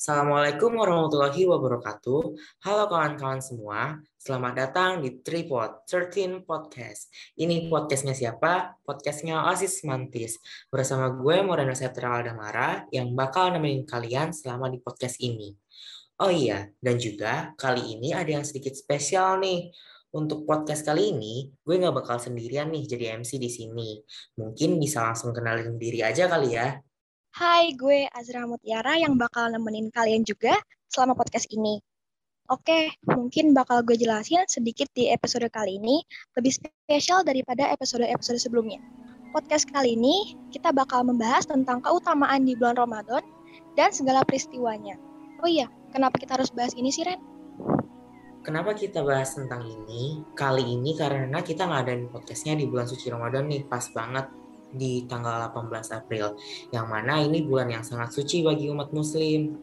Assalamualaikum warahmatullahi wabarakatuh. Halo kawan-kawan semua, selamat datang di Tripod 13 Podcast. Ini podcastnya siapa? Podcastnya Oasis Mantis. Bersama gue Moreno Septra Aldamara yang bakal nemenin kalian selama di podcast ini. Oh iya, dan juga kali ini ada yang sedikit spesial nih. Untuk podcast kali ini, gue nggak bakal sendirian nih jadi MC di sini. Mungkin bisa langsung kenalin diri aja kali ya. Hai, gue Azra Mutiara yang bakal nemenin kalian juga selama podcast ini. Oke, mungkin bakal gue jelasin sedikit di episode kali ini, lebih spesial daripada episode-episode sebelumnya. Podcast kali ini, kita bakal membahas tentang keutamaan di bulan Ramadan dan segala peristiwanya. Oh iya, kenapa kita harus bahas ini sih, Ren? Kenapa kita bahas tentang ini? Kali ini karena kita ngadain podcastnya di bulan suci Ramadan nih, pas banget di tanggal 18 April. Yang mana ini bulan yang sangat suci bagi umat muslim.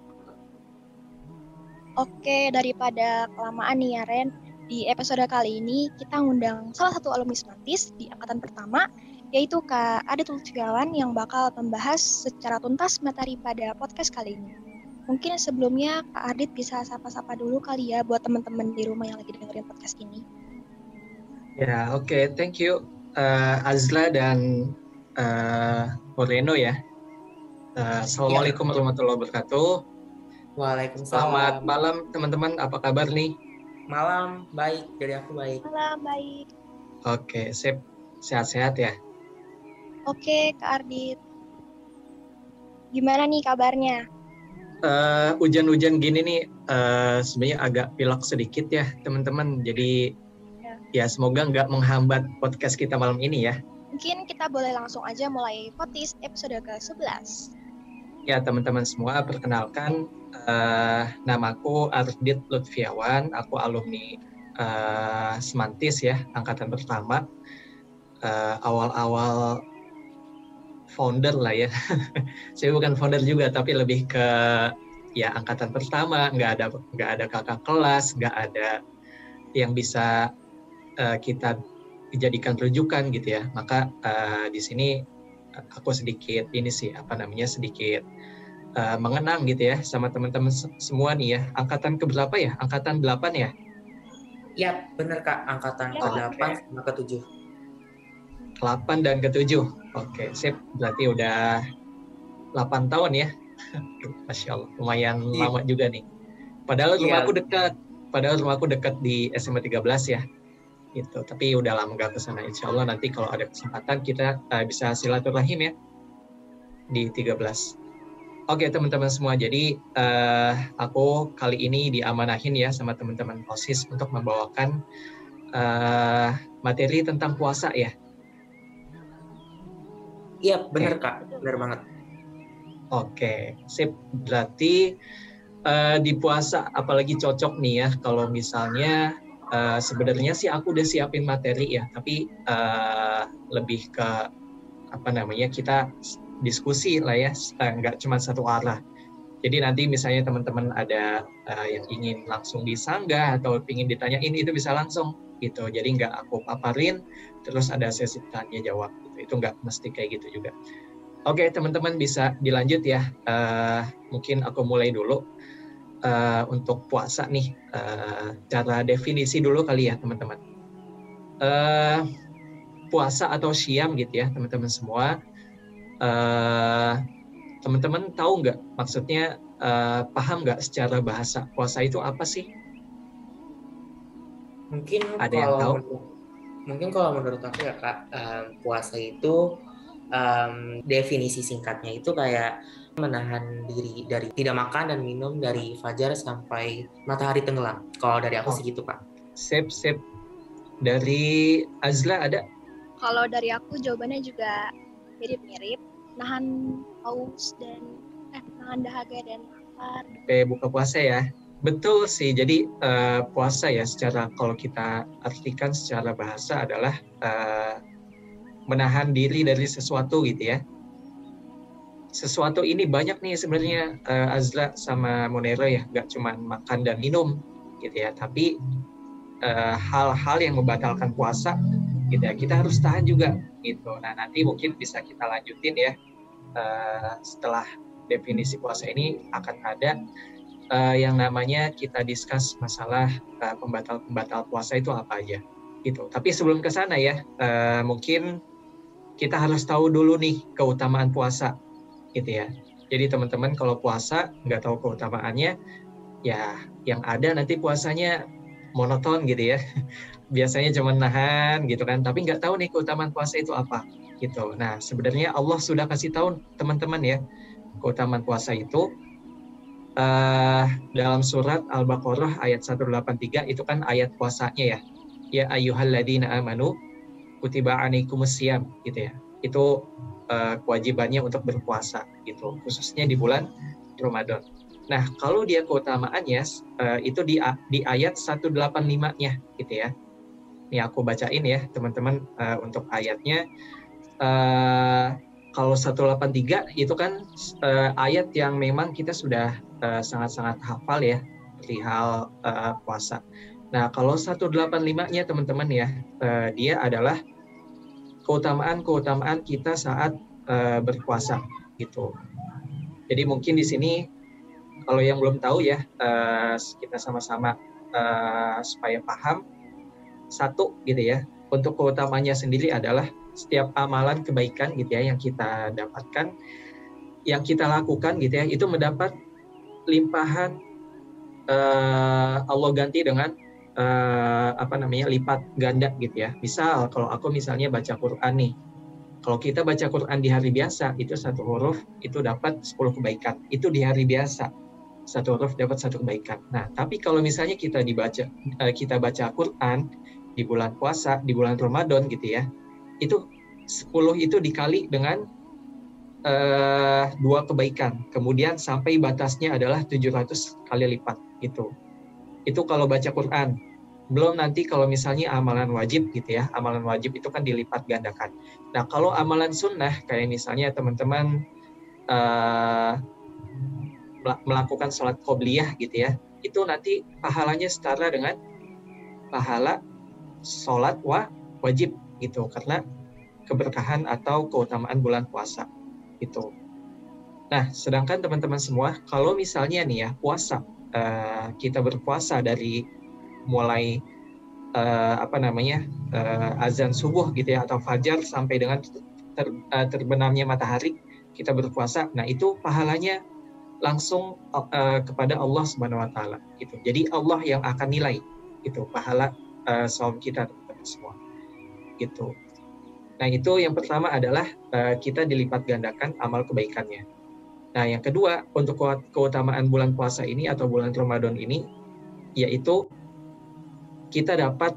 Oke, daripada kelamaan nih ya, Ren. Di episode kali ini, kita ngundang salah satu alumni Mantis di angkatan pertama, yaitu Kak Adit Lutfiawan yang bakal membahas secara tuntas materi pada podcast kali ini. Mungkin sebelumnya Kak Adit bisa sapa-sapa dulu kali ya buat teman-teman di rumah yang lagi dengerin podcast ini. Ya, oke. Thank you Azla dan Moreno ya. Assalamualaikum warahmatullahi wabarakatuh. Waalaikumsalam. Selamat malam teman-teman, apa kabar nih? Malam, baik. Dari aku baik. Malam, baik. Oke, sip. Sehat-sehat ya? Oke, Kak Adit. Gimana nih kabarnya? Hujan-hujan gini nih sebenarnya agak pilek sedikit ya teman-teman. Jadi ya semoga nggak menghambat podcast kita malam ini ya. Mungkin kita boleh langsung aja mulai podcast episode ke-11. Ya teman-teman semua, perkenalkan namaku Ardit Lutfiawan, aku alumni Semantis ya, angkatan pertama. Awal-awal founder lah ya. Saya bukan founder juga, tapi lebih ke ya angkatan pertama, nggak ada kakak kelas, nggak ada yang bisa kita dijadikan rujukan gitu ya. Maka di sini aku sedikit sedikit mengenang gitu ya sama teman-teman semua nih ya. Angkatan keberapa ya? Angkatan 8 ya? Ya, bener Kak. Angkatan ke-8 sama ke-7. 8 dan ke-7. Oke, sip. Berarti udah 8 tahun ya. Masya Allah, lumayan lama juga nih. Padahal rumahku dekat di SMA 13 ya. Gitu. Tapi udah lama gak kesana. Insya Allah nanti kalau ada kesempatan kita bisa silaturahim ya di 13. Oke teman-teman semua, jadi aku kali ini diamanahin ya sama teman-teman OSIS untuk membawakan materi tentang puasa ya. Iya bener Kak, bener banget. Oke, sip. Berarti di puasa apalagi cocok nih ya kalau misalnya sebenarnya sih aku udah siapin materi ya, tapi lebih ke kita diskusi lah ya, nggak cuma satu arah. Jadi nanti misalnya teman-teman ada yang ingin langsung disanggah atau ingin ditanyain, itu bisa langsung gitu. Jadi nggak aku paparin terus ada sesi tanya jawab gitu. Itu nggak mesti kayak gitu juga. Oke teman-teman, bisa dilanjut ya. Mungkin aku mulai dulu untuk puasa nih. Cara definisi dulu kali ya teman-teman. Puasa atau syam gitu ya teman-teman semua. Teman-teman tahu nggak maksudnya, paham nggak secara bahasa puasa itu apa sih? Mungkin ada yang tahu? Mungkin kalau menurut aku ya Kak, puasa itu definisi singkatnya itu kayak menahan diri dari tidak makan dan minum dari fajar sampai matahari tenggelam. Kalau dari aku sih gitu Kak. Sip. Dari Azla ada? Kalau dari aku jawabannya juga mirip-mirip, nahan haus dan nahan dahaga dan lapar. Buka puasa ya. Betul sih. Jadi puasa ya secara kalau kita artikan secara bahasa adalah menahan diri dari sesuatu gitu ya. Sesuatu ini banyak nih sebenarnya Azla sama Monero ya, nggak cuma makan dan minum gitu ya, tapi hal-hal yang membatalkan puasa gitu ya, kita harus tahan juga gitu. Nah nanti mungkin bisa kita lanjutin ya setelah definisi puasa ini akan ada yang namanya kita discuss masalah pembatal-pembatal puasa itu apa aja gitu. Tapi sebelum ke sana ya, mungkin kita harus tahu dulu nih keutamaan puasa gitu ya. Jadi teman-teman kalau puasa nggak tahu keutamaannya, ya yang ada nanti puasanya monoton gitu ya. Biasanya cuma nahan gitu kan, tapi nggak tahu nih keutamaan puasa itu apa gitu. Nah sebenarnya Allah sudah kasih tahu teman-teman ya keutamaan puasa itu dalam surat Al-Baqarah ayat 183 itu kan ayat puasanya ya. Ya ayyuhalladzina amanu kutiba alaikumusiyam gitu ya. Itu kewajibannya untuk berpuasa gitu, khususnya di bulan Ramadan. Nah, kalau dia keutamaannya itu di ayat 185-nya gitu ya. Ini aku bacain ya, teman-teman untuk ayatnya. Kalau 183 itu kan ayat yang memang kita sudah sangat-sangat hafal ya perihal puasa. Nah, kalau 185-nya teman-teman ya, dia adalah keutamaan-keutamaan kita saat berpuasa gitu. Jadi mungkin di sini kalau yang belum tahu ya, kita sama-sama supaya paham. Satu gitu ya, untuk keutamanya sendiri adalah setiap amalan kebaikan gitu ya yang kita dapatkan, yang kita lakukan gitu ya, itu mendapat limpahan Allah ganti dengan lipat ganda gitu ya. Misal kalau aku misalnya baca Quran nih, kalau kita baca Quran di hari biasa itu satu huruf itu dapat 10 kebaikan, itu di hari biasa satu huruf dapat satu kebaikan. Nah tapi kalau misalnya kita baca Quran di bulan puasa, di bulan Ramadan gitu ya, itu 10 itu dikali dengan 2 kebaikan, kemudian sampai batasnya adalah 700 kali lipat gitu. Itu kalau baca Quran. Belum nanti kalau misalnya amalan wajib gitu ya, amalan wajib itu kan dilipat gandakan. Nah kalau amalan sunnah kayak misalnya teman-teman melakukan sholat qobliyah gitu ya, itu nanti pahalanya setara dengan pahala sholat wajib gitu, karena keberkahan atau keutamaan bulan puasa gitu. Nah sedangkan teman-teman semua, kalau misalnya nih ya puasa, kita berpuasa dari mulai azan subuh gitu ya atau fajar sampai dengan terbenamnya matahari kita berpuasa. Nah itu pahalanya langsung kepada Allah Subhanahu Wa Taala gitu. Jadi Allah yang akan nilai itu pahala saum kita teman-teman semua gitu. Nah itu yang pertama adalah kita dilipat gandakan amal kebaikannya. Nah yang kedua untuk keutamaan bulan puasa ini atau bulan Ramadan ini, yaitu kita dapat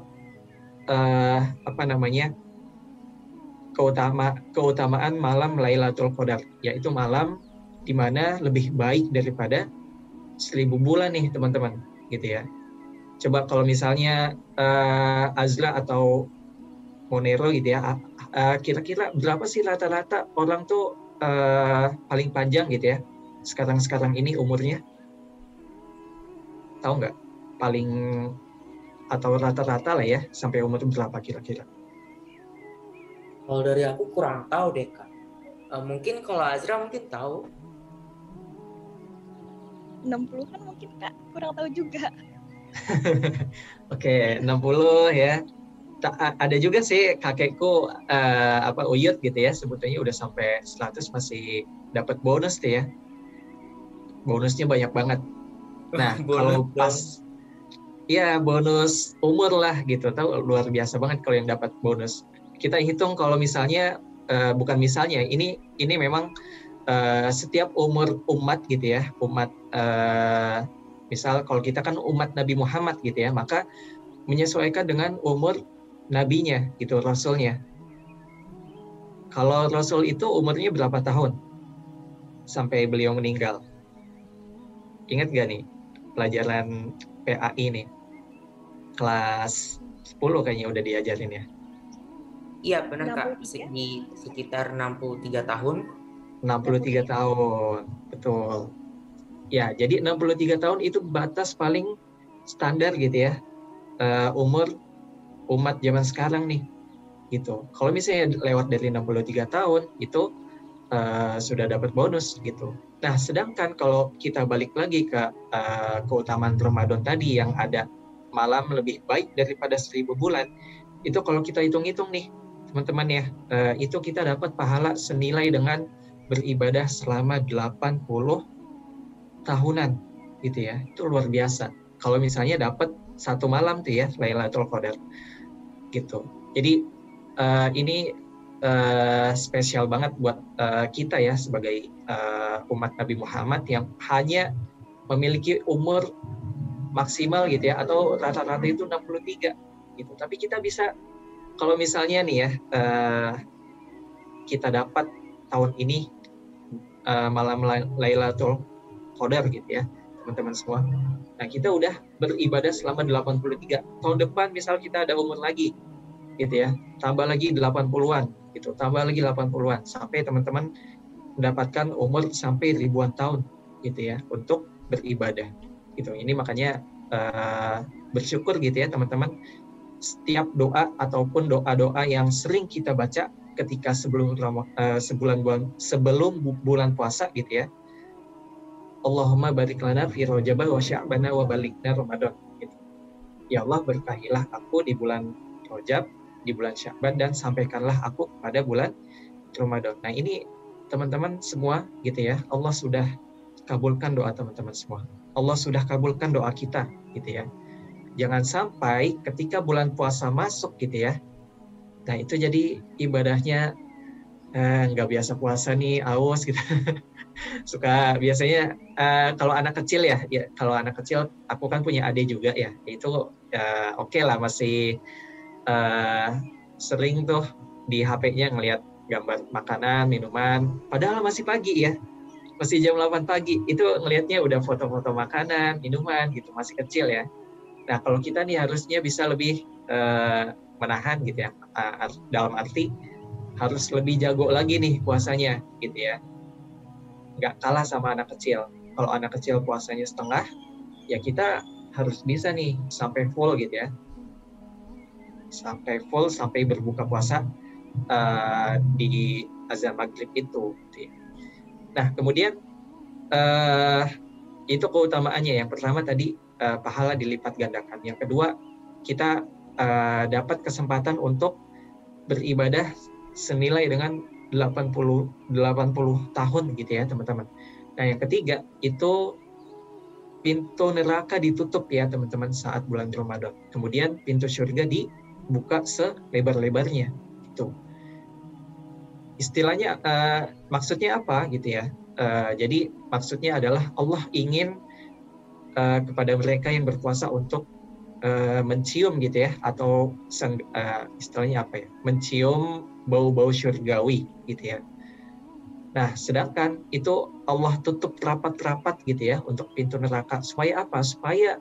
keutamaan malam Lailatul Qadar, yaitu malam di mana lebih baik daripada 1000 bulan nih teman-teman gitu ya. Coba kalau misalnya Azra atau Monero gitu ya, kira-kira berapa sih rata-rata orang tuh paling panjang gitu ya sekarang ini umurnya? Tahu nggak? Paling atau rata-rata lah ya, sampai umur berapa kira-kira? Kalau dari aku kurang tahu deh Kak. Mungkin kalau Azra mungkin tahu. 60-an mungkin Kak, kurang tahu juga. Oke, 60 ya. Ada juga sih kakekku Uyut gitu ya, sebetulnya udah sampai 100 masih dapat bonus tuh ya. Bonusnya banyak banget. Nah, kalau pas ya bonus umur lah gitu, tahu luar biasa banget kalau yang dapat bonus. Kita hitung kalau misalnya bukan misalnya, ini memang setiap umur umat gitu ya, umat misal kalau kita kan umat Nabi Muhammad gitu ya, maka menyesuaikan dengan umur nabinya gitu, rasulnya. Kalau rasul itu umurnya berapa tahun sampai beliau meninggal? Ingat gak nih pelajaran PAI nih? Kelas 10 kayaknya udah diajarin ya. Iya benar Kak, sekitar 63 tahun. 63 tahun, betul. Ya, jadi 63 tahun itu batas paling standar gitu ya, umur umat zaman sekarang nih, gitu. Kalau misalnya lewat dari 63 tahun, itu sudah dapat bonus gitu. Nah, sedangkan kalau kita balik lagi ke keutamaan Ramadan tadi yang ada malam lebih baik daripada 1000 bulan, itu kalau kita hitung-hitung nih, teman-teman ya, itu kita dapat pahala senilai dengan beribadah selama 80 tahunan, gitu ya. Itu luar biasa. Kalau misalnya dapat satu malam tuh ya, Lailatul Qadar, gitu. Jadi ini spesial banget buat kita ya sebagai umat Nabi Muhammad yang hanya memiliki umur maksimal gitu ya, atau rata-rata itu 63 gitu. Tapi kita bisa, kalau misalnya nih ya, kita dapat tahun ini malam Lailatul Qadar gitu ya, teman-teman semua. Nah, kita udah beribadah selama 83. Tahun depan misal kita ada umur lagi gitu ya, tambah lagi 80-an gitu, tambah lagi 80-an sampai teman-teman mendapatkan umur sampai ribuan tahun gitu ya untuk beribadah gitu. Ini makanya bersyukur gitu ya teman-teman, setiap doa ataupun doa-doa yang sering kita baca ketika sebelum bulan puasa gitu ya. Allahumma barik lana fi Rajab wa Sya'ban wa balighna Ramadan gitu. Ya Allah, berkahilah aku di bulan Rajab, di bulan Sya'ban, dan sampaikanlah aku pada bulan Ramadan. Nah, ini teman-teman semua gitu ya, Allah sudah kabulkan doa teman-teman semua. Allah sudah kabulkan doa kita gitu ya. Jangan sampai ketika bulan puasa masuk gitu ya, nah itu jadi ibadahnya nggak biasa puasa nih, aus gitu. Suka biasanya kalau anak kecil ya, kalau anak kecil, aku kan punya adik juga ya, itu oke lah, masih sering tuh di HP-nya ngelihat gambar makanan, minuman, padahal masih pagi ya, masih jam 8 pagi, itu ngelihatnya udah foto-foto makanan, minuman gitu, masih kecil ya. Nah, kalau kita nih harusnya bisa lebih menahan gitu ya, dalam arti harus lebih jago lagi nih puasanya gitu ya. Nggak kalah sama anak kecil. Kalau anak kecil puasanya setengah, ya kita harus bisa nih sampai full gitu ya. Sampai full, sampai berbuka puasa di azan maghrib itu. Nah, kemudian itu keutamaannya. Yang pertama tadi pahala dilipat gandakan. Yang kedua, kita dapat kesempatan untuk beribadah senilai dengan 80 tahun gitu ya teman-teman. Nah, yang ketiga itu pintu neraka ditutup ya teman-teman saat bulan Ramadan. Kemudian pintu surga dibuka selebar-lebarnya. Itu istilahnya, maksudnya apa gitu ya? Jadi maksudnya adalah Allah ingin kepada mereka yang berpuasa untuk mencium gitu ya, atau istilahnya apa ya, mencium bau-bau surgawi gitu ya. Nah, sedangkan itu Allah tutup rapat-rapat gitu ya untuk pintu neraka. Supaya apa? Supaya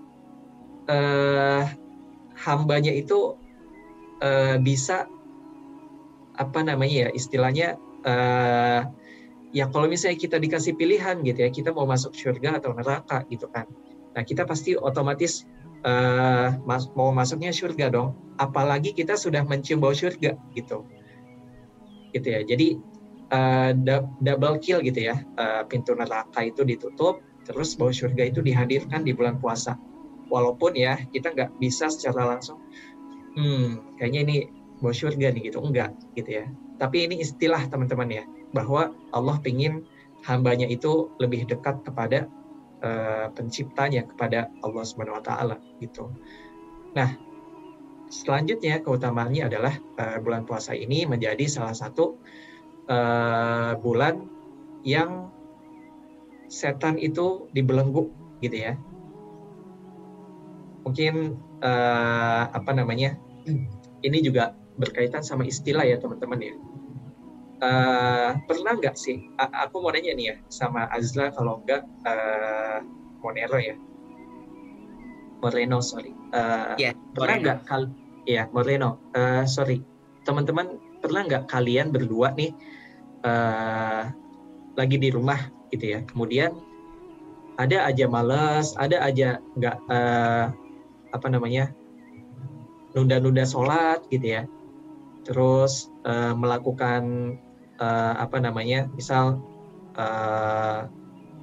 hambanya itu bisa apa namanya ya, istilahnya ya kalau misalnya kita dikasih pilihan gitu ya, kita mau masuk surga atau neraka gitu kan. Nah, kita pasti otomatis mau masuknya surga dong. Apalagi kita sudah mencium bau surga gitu ya. Jadi double kill gitu ya. Pintu neraka itu ditutup, terus bau surga itu dihadirkan di bulan puasa. Walaupun ya kita nggak bisa secara langsung, kayaknya ini bau surga nih gitu, enggak gitu ya. Tapi ini istilah teman-teman ya, bahwa Allah pingin hambanya itu lebih dekat kepada penciptanya, kepada Allah Subhanahu wa Ta'ala gitu. Nah, selanjutnya keutamaannya adalah bulan puasa ini menjadi salah satu bulan yang setan itu dibelenggu gitu ya. Mungkin apa namanya, ini juga berkaitan sama istilah ya teman-teman ya. Pernah nggak sih, aku mau nanya nih ya sama Azla, kalau enggak Monero ya, Moreno sorry, pernah nggak Moreno, sorry teman-teman, pernah nggak kalian berdua nih lagi di rumah gitu ya, kemudian ada aja malas, ada aja nggak apa namanya, nunda-nunda sholat gitu ya, terus melakukan apa namanya, misal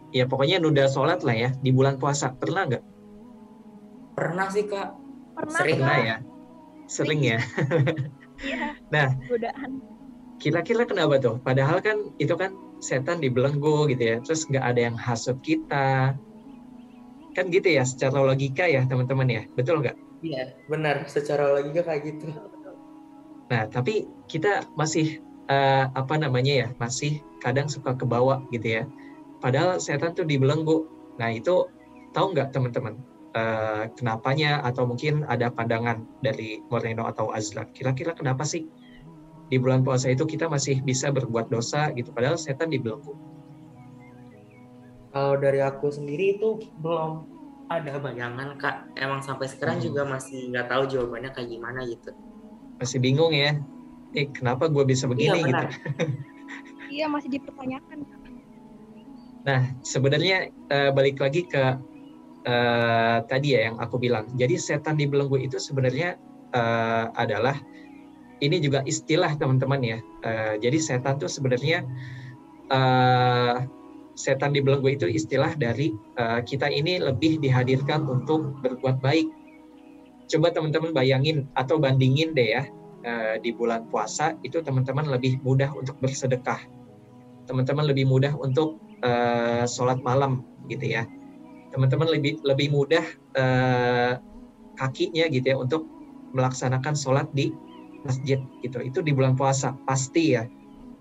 ya pokoknya nunda sholat lah ya di bulan puasa. Pernah nggak? Pernah sih Kak. Pernah, Sering Pernah Kak. ya? Sering ya? Iya, Nah, godaan. kira-kira kenapa tuh? Padahal kan itu kan setan dibelenggu gitu ya, terus nggak ada yang hasut kita. Kan gitu ya, secara logika ya teman-teman ya, betul nggak? Iya, benar. Secara logika kayak gitu. Betul, betul. Nah, tapi kita masih masih kadang suka kebawa gitu ya. Padahal setan tuh dibelenggu. Nah, itu tahu nggak teman-teman? Kenapanya atau mungkin ada pandangan dari Moreno atau Azlan. Kira-kira kenapa sih di bulan puasa itu kita masih bisa berbuat dosa gitu, padahal setan dibelenggu? Kalau dari aku sendiri itu belum ada bayangan Kak. Emang sampai sekarang juga masih nggak tahu jawabannya kayak gimana gitu. Masih bingung ya. Kenapa gue bisa Iya begini gitu? benar. Iya, masih dipertanyakan, Kak. Nah, sebenarnya balik lagi ke tadi ya yang aku bilang. Jadi setan dibelenggu itu sebenarnya adalah ini juga istilah teman-teman ya. Jadi setan tuh sebenarnya setan dibelenggu itu istilah dari kita ini lebih dihadirkan untuk berbuat baik. Coba teman-teman bayangin atau bandingin deh ya, di bulan puasa itu teman-teman lebih mudah untuk bersedekah, teman-teman lebih mudah untuk sholat malam gitu ya, teman-teman lebih mudah kakinya gitu ya untuk melaksanakan sholat di masjid gitu. Itu di bulan puasa pasti ya,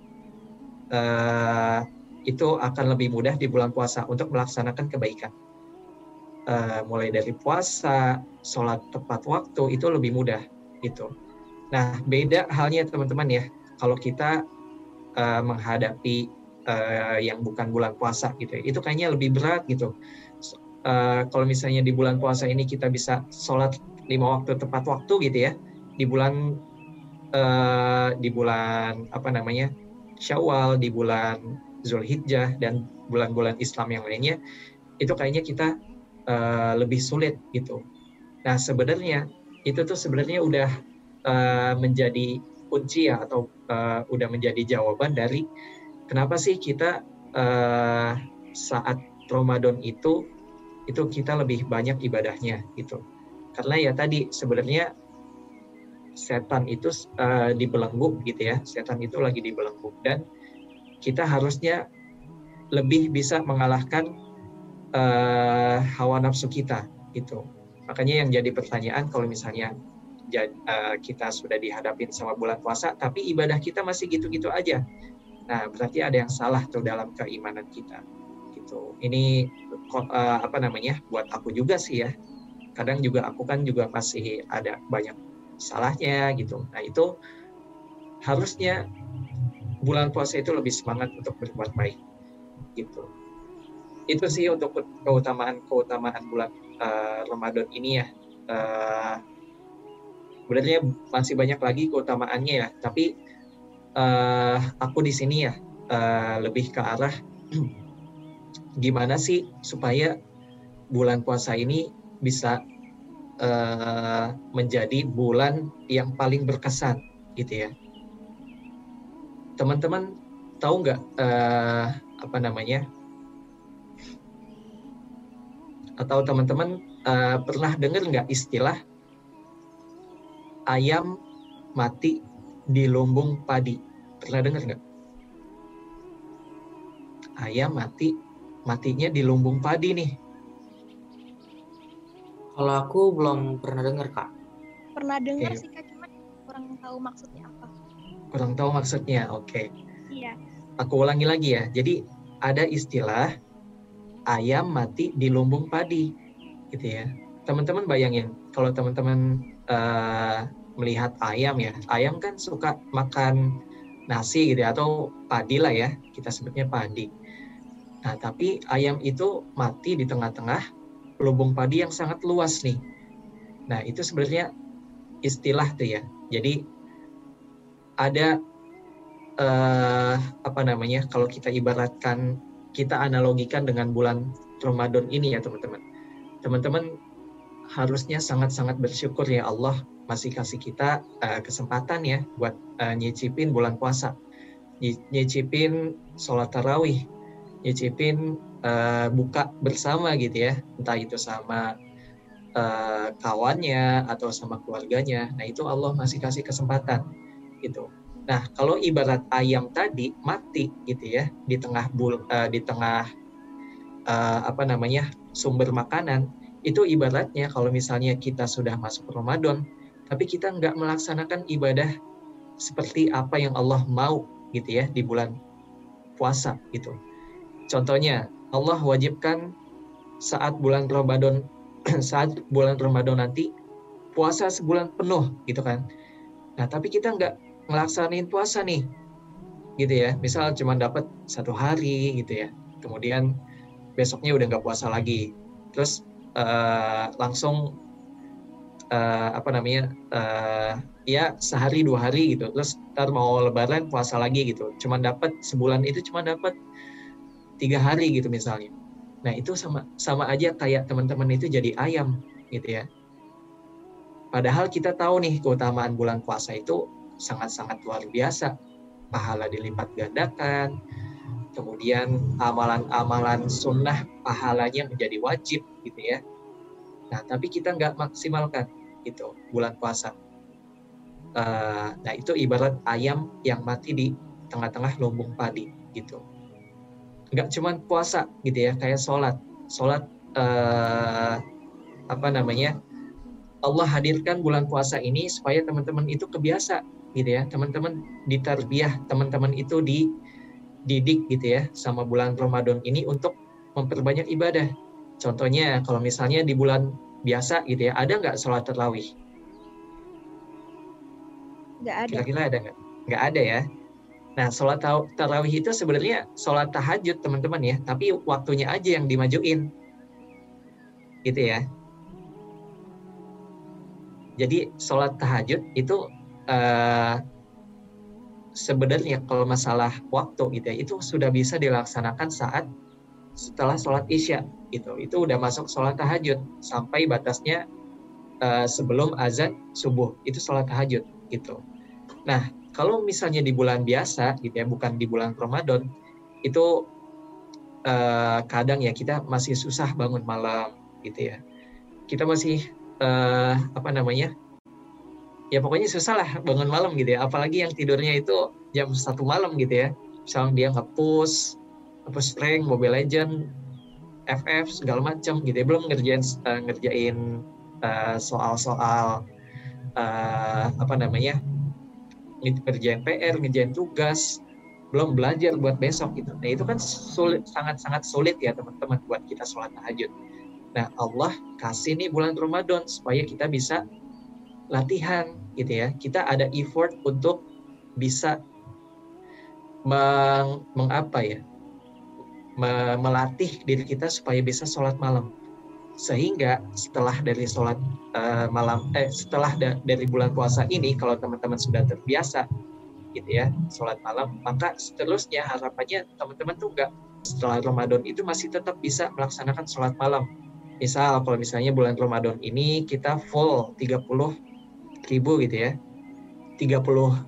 itu akan lebih mudah di bulan puasa untuk melaksanakan kebaikan. Mulai dari puasa, sholat tepat waktu itu lebih mudah gitu. Nah, beda halnya teman-teman ya, kalau kita menghadapi yang bukan bulan puasa gitu, itu kayaknya lebih berat gitu. Kalau misalnya di bulan puasa ini kita bisa sholat 5 waktu tepat waktu gitu ya, di bulan Syawal, di bulan Zulhijjah dan bulan-bulan Islam yang lainnya, itu kayaknya kita lebih sulit gitu. Nah, sebenarnya itu tuh sebenarnya udah menjadi kunci ya, atau udah menjadi jawaban dari kenapa sih kita saat Ramadan itu kita lebih banyak ibadahnya gitu. Karena ya tadi sebenarnya setan itu dibelenggu gitu ya, setan itu lagi dibelenggu, dan kita harusnya lebih bisa mengalahkan hawa nafsu kita gitu. Makanya yang jadi pertanyaan, kalau misalnya kita sudah dihadapin sama bulan puasa tapi ibadah kita masih gitu-gitu aja, nah berarti ada yang salah tuh dalam keimanan kita gitu. Ini buat aku juga sih ya, kadang juga aku kan juga masih ada banyak salahnya gitu. Nah, itu harusnya bulan puasa itu lebih semangat untuk berbuat baik gitu. Itu sih untuk keutamaan bulan Ramadan ini ya. Sebenarnya masih banyak lagi keutamaannya ya, tapi aku di sini ya lebih ke arah gimana sih supaya bulan puasa ini bisa menjadi bulan yang paling berkesan gitu ya. Teman-teman tahu nggak atau teman-teman pernah dengar nggak istilah ayam mati di lumbung padi? Pernah dengar nggak? Ayam matinya di lumbung padi nih. Kalau aku belum pernah dengar Kak. Pernah dengar sih, Kak, cuman kurang tahu maksudnya apa. Kurang tahu maksudnya, oke. Iya. Aku ulangi lagi ya. Jadi ada istilah ayam mati di lumbung padi, gitu ya. Teman-teman bayangin, kalau teman-teman melihat ayam ya, ayam kan suka makan nasi gitu ya, atau padi lah ya, kita sebutnya padi. Nah, tapi ayam itu mati di tengah-tengah lumbung padi yang sangat luas nih. Nah, itu sebenarnya istilah tuh ya. Jadi ada kalau kita ibaratkan, kita analogikan dengan bulan Ramadan ini ya teman-teman. Teman-teman harusnya sangat-sangat bersyukur ya, Allah masih kasih kita kesempatan ya buat nyicipin bulan puasa, nyicipin sholat tarawih, nyicipin buka bersama gitu ya, entah itu sama kawannya atau sama keluarganya. Nah itu Allah masih kasih kesempatan gitu. Nah kalau ibarat ayam tadi mati gitu ya di tengah sumber makanan, itu ibaratnya kalau misalnya kita sudah masuk Ramadan tapi kita nggak melaksanakan ibadah seperti apa yang Allah mau gitu ya di bulan puasa gitu. Contohnya Allah wajibkan saat bulan Ramadan nanti puasa sebulan penuh gitu kan. Nah tapi kita nggak ngelaksanain puasa nih gitu ya. Misal cuma dapat 1 hari gitu ya. Kemudian besoknya udah nggak puasa lagi. Terus langsung ya sehari 2 hari gitu. Terus ntar mau lebaran puasa lagi gitu. Cuma dapat sebulan itu cuma dapat 3 hari gitu misalnya. Nah itu sama aja kayak teman-teman itu jadi ayam gitu ya. Padahal kita tahu nih keutamaan bulan puasa itu sangat-sangat luar biasa. Pahala dilipat gandakan, kemudian amalan-amalan sunnah pahalanya menjadi wajib gitu ya. Nah tapi kita nggak maksimalkan gitu bulan puasa. Nah itu ibarat ayam yang mati di tengah-tengah lumbung padi gitu. Nggak cuma puasa gitu ya, kayak sholat Allah hadirkan bulan puasa ini supaya teman-teman itu kebiasa gitu ya, teman-teman ditarbiyah, teman-teman itu dididik gitu ya sama bulan Ramadan ini untuk memperbanyak ibadah. Contohnya kalau misalnya di bulan biasa gitu ya, ada nggak sholat tarawih? Nggak ada. Kira-kira ada nggak? Nggak ada ya. Nah, sholat tarawih itu sebenarnya sholat tahajud teman-teman ya, tapi waktunya aja yang dimajuin, gitu ya. Jadi sholat tahajud itu sebenarnya kalau masalah waktu gitu ya, itu sudah bisa dilaksanakan saat setelah sholat isya, gitu. Itu udah masuk sholat tahajud sampai batasnya sebelum azan subuh itu sholat tahajud, gitu. Nah, kalau misalnya di bulan biasa gitu ya, bukan di bulan Ramadan, itu kadang ya kita masih susah bangun malam gitu ya. Kita masih ya pokoknya susah lah bangun malam gitu ya. Apalagi yang tidurnya itu jam 1 malam gitu ya. Misalnya dia nge-push rank, Mobile Legends, FF segala macam gitu ya. Belum ngerjain soal-soal ngerjain PR, ngerjain tugas, belum belajar buat besok gitu. Nah itu kan sangat-sangat sulit ya teman-teman buat kita sholat tahajud. Nah Allah kasih nih bulan Ramadan supaya kita bisa latihan gitu ya. Kita ada effort untuk bisa melatih diri kita supaya bisa sholat malam. Sehingga setelah dari sholat dari bulan puasa ini, kalau teman-teman sudah terbiasa gitu ya sholat malam, maka seterusnya harapannya teman-teman tuh nggak setelah Ramadan itu masih tetap bisa melaksanakan sholat malam. Misal kalau misalnya bulan Ramadan ini kita full 30.000 gitu ya, 30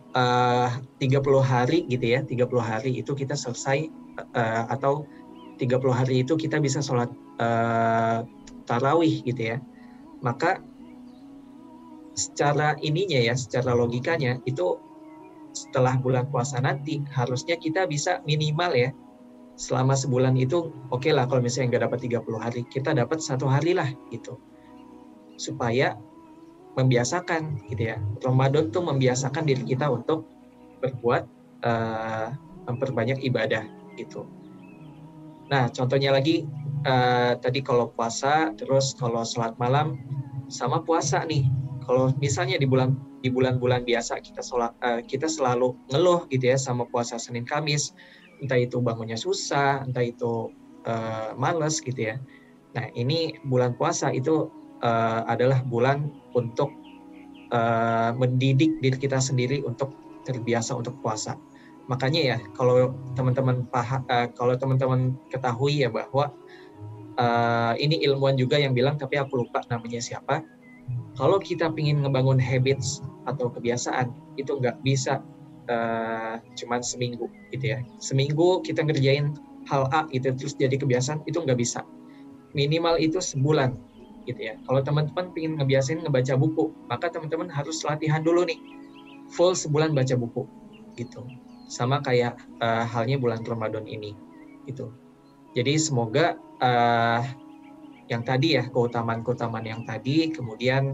hari gitu ya, 30 hari itu kita selesai atau 30 hari itu kita bisa sholat tarawih gitu ya. Maka secara logikanya itu setelah bulan puasa nanti harusnya kita bisa minimal ya selama sebulan itu oke lah, kalau misalnya nggak dapat 30 hari kita dapat 1 hari lah gitu, supaya membiasakan gitu ya. Ramadan tuh membiasakan diri kita untuk berbuat memperbanyak ibadah gitu. Nah contohnya lagi tadi kalau puasa, terus kalau sholat malam sama puasa nih. Kalau misalnya di bulan-bulan biasa kita selalu ngeluh gitu ya sama puasa Senin Kamis, entah itu bangunnya susah, entah itu males gitu ya. Nah ini bulan puasa itu adalah bulan untuk mendidik diri kita sendiri untuk terbiasa untuk puasa. Makanya ya kalau teman-teman ketahui ya bahwa ini ilmuwan juga yang bilang, tapi aku lupa namanya siapa. Kalau kita ingin ngebangun habits atau kebiasaan, itu nggak bisa cuman seminggu gitu ya. Seminggu kita ngerjain hal A gitu terus jadi kebiasaan, itu nggak bisa. Minimal itu sebulan gitu ya. Kalau teman-teman pengen ngebiasain ngebaca buku, maka teman-teman harus latihan dulu nih, full sebulan baca buku gitu. Sama kayak halnya bulan Ramadan ini gitu. Jadi semoga yang tadi ya, keutamaan yang tadi, kemudian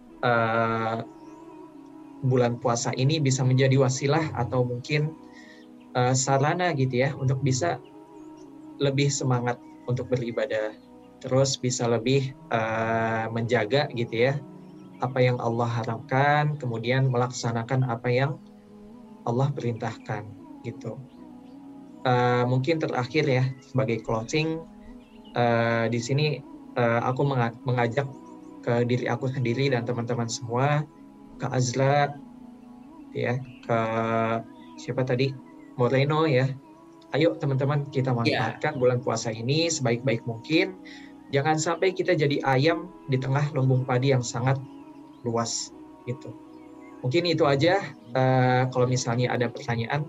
bulan puasa ini bisa menjadi wasilah atau mungkin sarana gitu ya untuk bisa lebih semangat untuk beribadah, terus bisa lebih menjaga gitu ya apa yang Allah harapkan, kemudian melaksanakan apa yang Allah perintahkan gitu. Mungkin terakhir ya sebagai closing, di sini aku mengajak ke diri aku sendiri dan teman-teman semua, ke Azra ya, ke siapa tadi, Moreno ya. Ayo teman-teman kita manfaatkan bulan puasa ini sebaik-baik mungkin. Jangan sampai kita jadi ayam di tengah lumbung padi yang sangat luas gitu. Mungkin itu aja. Kalau misalnya ada pertanyaan,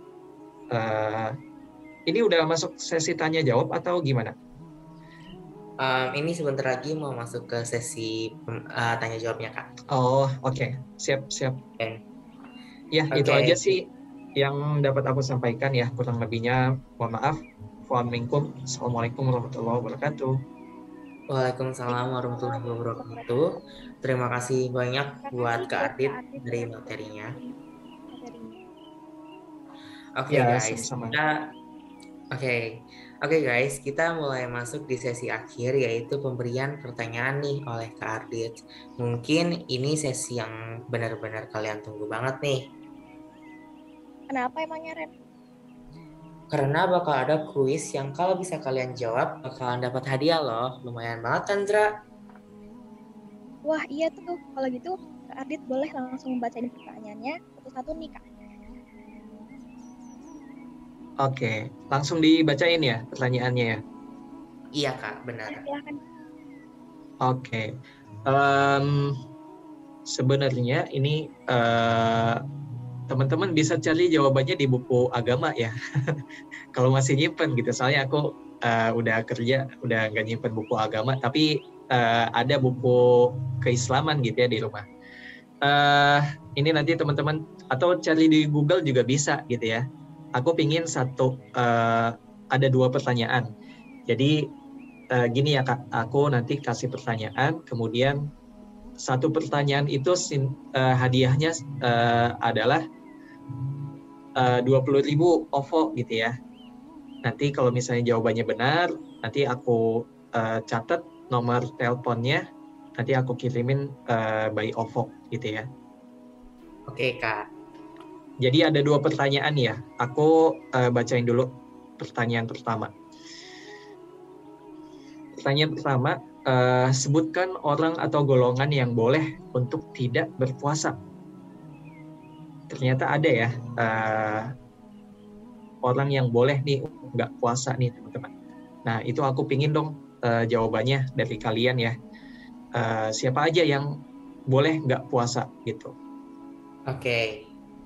ini udah masuk sesi tanya jawab atau gimana? Ini sebentar lagi mau masuk ke sesi tanya jawabnya, Kak. Oh, oke. Siap. Okay. Ya, itu aja sih yang dapat aku sampaikan ya. Kurang lebihnya mohon maaf. Assalamualaikum warahmatullahi wabarakatuh. Waalaikumsalam warahmatullahi wabarakatuh. Terima kasih banyak buat Kak Ardit dari materinya. Oke guys, guys, kita mulai masuk di sesi akhir, yaitu pemberian pertanyaan nih oleh Kak Ardit. Mungkin ini sesi yang benar-benar kalian tunggu banget nih. Kenapa emangnya, Ren? Karena bakal ada kuis yang kalau bisa kalian jawab, bakalan dapat hadiah loh. Lumayan banget kan, Zra? Wah, iya tuh. Kalau gitu, Kak Ardit boleh langsung bacain pertanyaannya satu-satu nih, Kak. Oke, langsung dibacain ya pertanyaannya ya? Iya, Kak, benar. Silakan. Oke. Sebenarnya ini teman-teman bisa cari jawabannya di buku agama ya. Kalau masih nyimpen gitu, soalnya aku udah kerja, udah nggak nyimpen buku agama, tapi ada buku keislaman gitu ya di rumah. Ini nanti teman-teman atau cari di Google juga bisa gitu ya. Aku pingin ada 2 pertanyaan. Jadi gini ya Kak, aku nanti kasih pertanyaan, kemudian 1 pertanyaan itu hadiahnya adalah 20.000 OVO gitu ya. Nanti kalau misalnya jawabannya benar, nanti aku catat nomor teleponnya, nanti aku kirimin by OVO gitu ya. Oke, Kak. Jadi ada 2 pertanyaan ya. Aku bacain dulu pertanyaan pertama. Pertanyaan pertama, sebutkan orang atau golongan yang boleh untuk tidak berpuasa. Ternyata ada ya orang yang boleh nih nggak puasa nih teman-teman. Nah itu aku pingin dong jawabannya dari kalian ya. Siapa aja yang boleh nggak puasa gitu. Oke,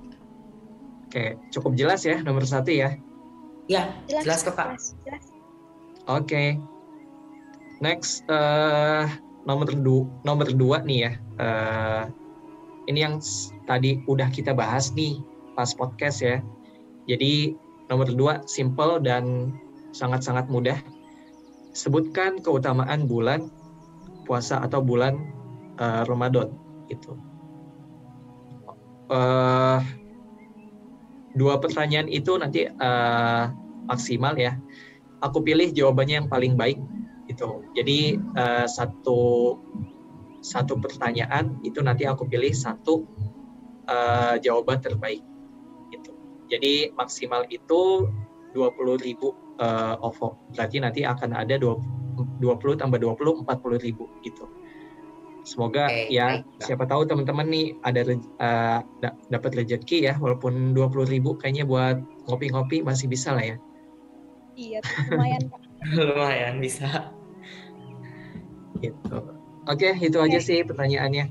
cukup jelas ya nomor 1 ya? Ya, jelas kok Kak. Jelas. Oke. Next, nomor 2 nih ya. Ini yang tadi udah kita bahas nih pas podcast ya. Jadi nomor 2 simple dan sangat-sangat mudah. Sebutkan keutamaan bulan puasa atau bulan Ramadan gitu. 2 pertanyaan itu nanti maksimal ya. Aku pilih jawabannya yang paling baik gitu. Jadi satu pertanyaan itu nanti aku pilih 1 jawaban terbaik gitu. Jadi maksimal itu 20.000 OVO. Berarti nanti akan ada 20 tambah 20 40.000 gitu. Semoga ya baik. Siapa tahu teman-teman nih ada dapat rezeki ya, walaupun 20.000 kayaknya buat ngopi-ngopi masih bisa lah ya. Iya, lumayan Pak. Lumayan bisa. Gitu. Oke, itu aja sih pertanyaannya.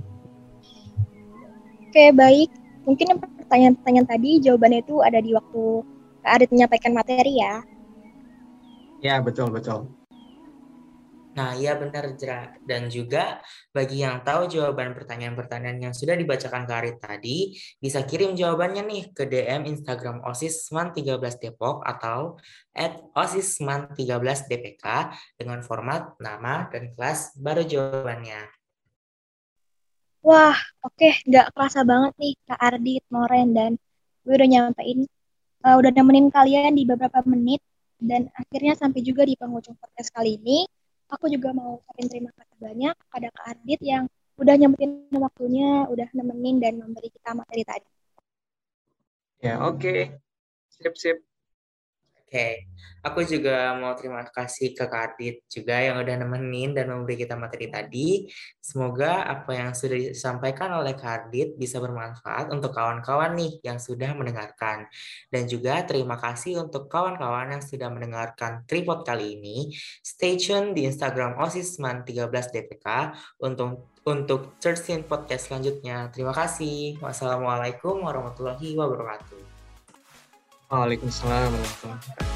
Oke, baik. Mungkin pertanyaan-pertanyaan tadi jawabannya itu ada di waktu Kak Arit menyampaikan materi ya. Ya, betul. Nah, iya benar, Jera. Dan juga bagi yang tahu jawaban pertanyaan-pertanyaan yang sudah dibacakan Kak Arit tadi, bisa kirim jawabannya nih ke DM Instagram OSISMAN13 Depok atau @OSISMAN13DPK dengan format nama dan kelas baru jawabannya. Wah, oke, nggak kerasa banget nih Kak Ardit, Moren, dan gue udah nyampein, udah nemenin kalian di beberapa menit, dan akhirnya sampai juga di penghujung podcast kali ini. Aku juga mau ucapin terima kasih banyak kepada Kak Ardit yang udah nyempetin waktunya, udah nemenin dan memberi kita materi tadi. Ya, oke. Sip. Oke, aku juga mau terima kasih ke Kak Adit juga yang udah nemenin dan memberi kita materi tadi. Semoga apa yang sudah disampaikan oleh Kak Adit bisa bermanfaat untuk kawan-kawan nih yang sudah mendengarkan. Dan juga terima kasih untuk kawan-kawan yang sudah mendengarkan tripod kali ini. Stay tune di Instagram OSISMAN13DPK untuk 13 podcast selanjutnya. Terima kasih. Wassalamualaikum warahmatullahi wabarakatuh. Waalaikumsalam warahmatullahi wabarakatuh.